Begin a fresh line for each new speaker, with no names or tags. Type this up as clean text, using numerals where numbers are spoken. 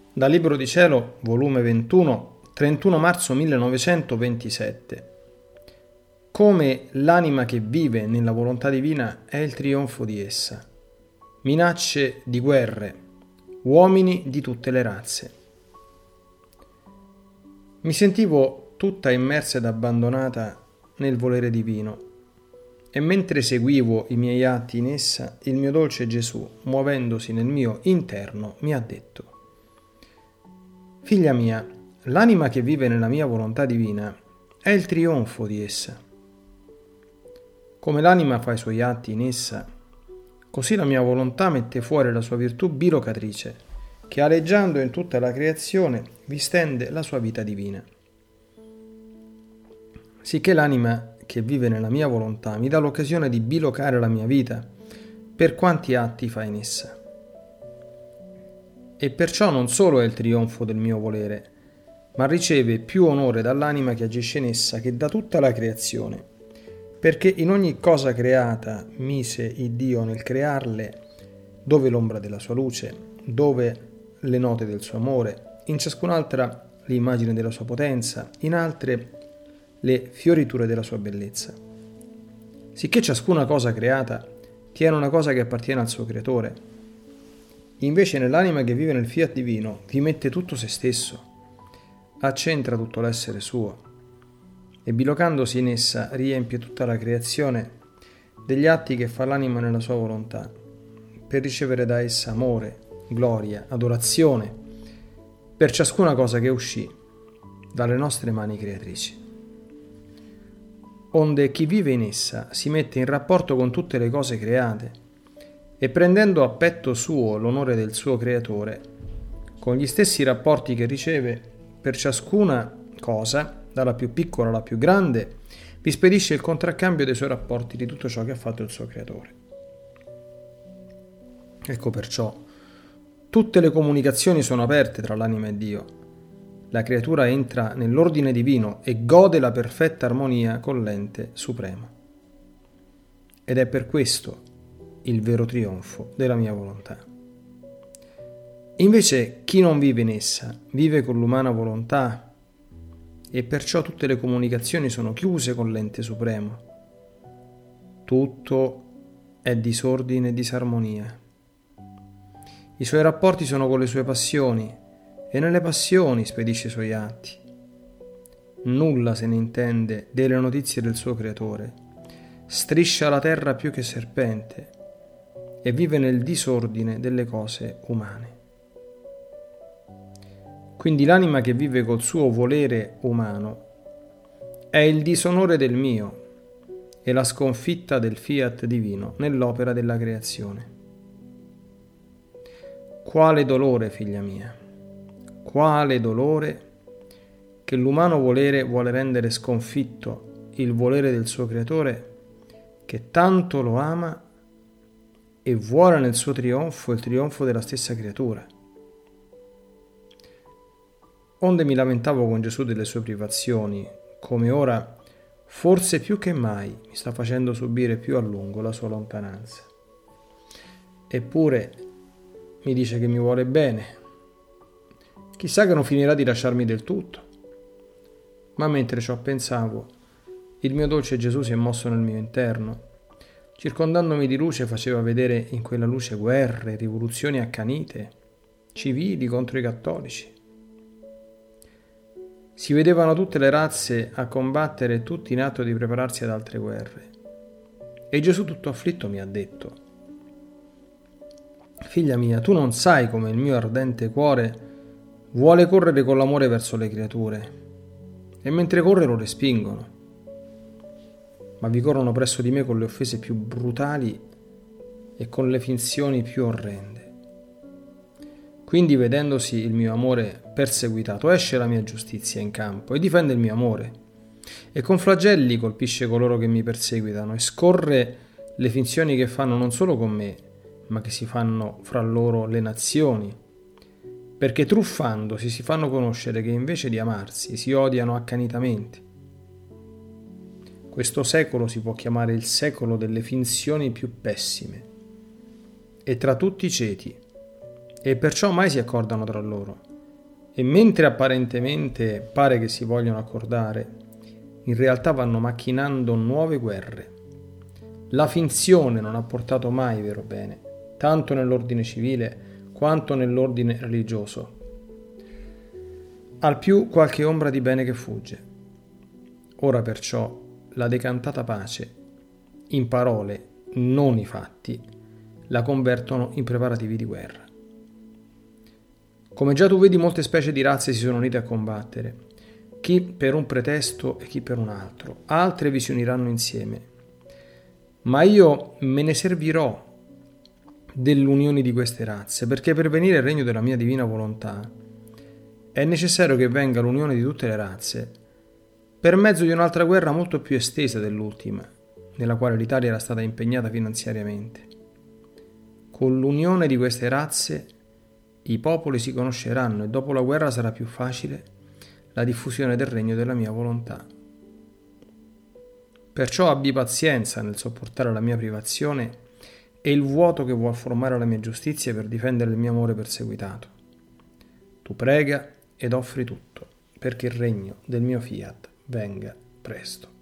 Dal Libro di Cielo, volume 21, 31 marzo 1927. Come l'anima che vive nella volontà divina è il trionfo di essa. Minacce di guerre, uomini di tutte le razze. Mi sentivo tutta immersa ed abbandonata nel volere divino, e mentre seguivo i miei atti in essa, il mio dolce Gesù, muovendosi nel mio interno, mi ha detto: Figlia mia, l'anima che vive nella mia volontà divina è il trionfo di essa. Come l'anima fa i suoi atti in essa, così la mia volontà mette fuori la sua virtù bilocatrice, che aleggiando in tutta la creazione vi stende la sua vita divina. Sicché l'anima che vive nella mia volontà mi dà l'occasione di bilocare la mia vita per quanti atti fa in essa. E perciò non solo è il trionfo del mio volere, ma riceve più onore dall'anima che agisce in essa che da tutta la creazione, perché in ogni cosa creata mise il Dio nel crearle, dove l'ombra della sua luce, dove le note del suo amore, in ciascun'altra l'immagine della sua potenza, in altre le fioriture della sua bellezza. Sicché ciascuna cosa creata tiene una cosa che appartiene al suo creatore. Invece nell'anima che vive nel fiat divino vi mette tutto se stesso, accentra tutto l'essere suo e bilocandosi in essa riempie tutta la creazione degli atti che fa l'anima nella sua volontà, per ricevere da essa amore, gloria, adorazione per ciascuna cosa che uscì dalle nostre mani creatrici. Onde chi vive in essa si mette in rapporto con tutte le cose create e prendendo a petto suo l'onore del suo creatore, con gli stessi rapporti che riceve per ciascuna cosa, dalla più piccola alla più grande, vi spedisce il contraccambio dei suoi rapporti di tutto ciò che ha fatto il suo creatore. Ecco perciò tutte le comunicazioni sono aperte tra l'anima e Dio. La creatura entra nell'ordine divino e gode la perfetta armonia con l'ente supremo. Ed è per questo il vero trionfo della mia volontà. Invece chi non vive in essa vive con l'umana volontà e perciò tutte le comunicazioni sono chiuse con l'ente supremo. Tutto è disordine e disarmonia. I suoi rapporti sono con le sue passioni e nelle passioni spedisce i suoi atti. Nulla se ne intende delle notizie del suo creatore. Striscia la terra più che serpente e vive nel disordine delle cose umane. Quindi l'anima che vive col suo volere umano è il disonore del mio e la sconfitta del fiat divino nell'opera della creazione. Quale dolore, figlia mia! Quale dolore che l'umano volere vuole rendere sconfitto il volere del suo creatore, che tanto lo ama e vuole nel suo trionfo il trionfo della stessa creatura. Onde mi lamentavo con Gesù delle sue privazioni, come ora, forse più che mai, mi sta facendo subire più a lungo la sua lontananza. Eppure mi dice che mi vuole bene. Chissà che non finirà di lasciarmi del tutto. Ma mentre ciò pensavo, il mio dolce Gesù si è mosso nel mio interno. Circondandomi di luce faceva vedere in quella luce guerre, rivoluzioni accanite, civili contro i cattolici. Si vedevano tutte le razze a combattere tutti in atto di prepararsi ad altre guerre. E Gesù tutto afflitto mi ha detto: Figlia mia, tu non sai come il mio ardente cuore vuole correre con l'amore verso le creature, e mentre corre lo respingono, ma vi corrono presso di me con le offese più brutali e con le finzioni più orrende. Quindi, vedendosi il mio amore perseguitato, esce la mia giustizia in campo e difende il mio amore, e con flagelli colpisce coloro che mi perseguitano e scorre le finzioni che fanno non solo con me, ma che si fanno fra loro le nazioni, perché truffandosi si fanno conoscere che invece di amarsi si odiano accanitamente. Questo secolo si può chiamare il secolo delle finzioni più pessime, e tra tutti ceti, e perciò mai si accordano tra loro, E mentre apparentemente pare che si vogliono accordare, in realtà vanno macchinando nuove guerre. La finzione non ha portato mai vero bene, tanto nell'ordine civile quanto nell'ordine religioso. Al più qualche ombra di bene che fugge. Ora perciò la decantata pace, in parole, non i fatti, la convertono in preparativi di guerra. Come già tu vedi, molte specie di razze si sono unite a combattere, chi per un pretesto e chi per un altro. Altre vi si uniranno insieme. Ma io me ne servirò dell'unione di queste razze, perché per venire il regno della mia divina volontà è necessario che venga l'unione di tutte le razze per mezzo di un'altra guerra molto più estesa dell'ultima, nella quale l'Italia era stata impegnata finanziariamente. Con l'unione di queste razze i popoli si conosceranno e dopo la guerra sarà più facile la diffusione del regno della mia volontà. Perciò abbi pazienza nel sopportare la mia privazione e il vuoto che vuol formare la mia giustizia per difendere il mio amore perseguitato. Tu prega ed offri tutto, perché il regno del mio fiat venga presto.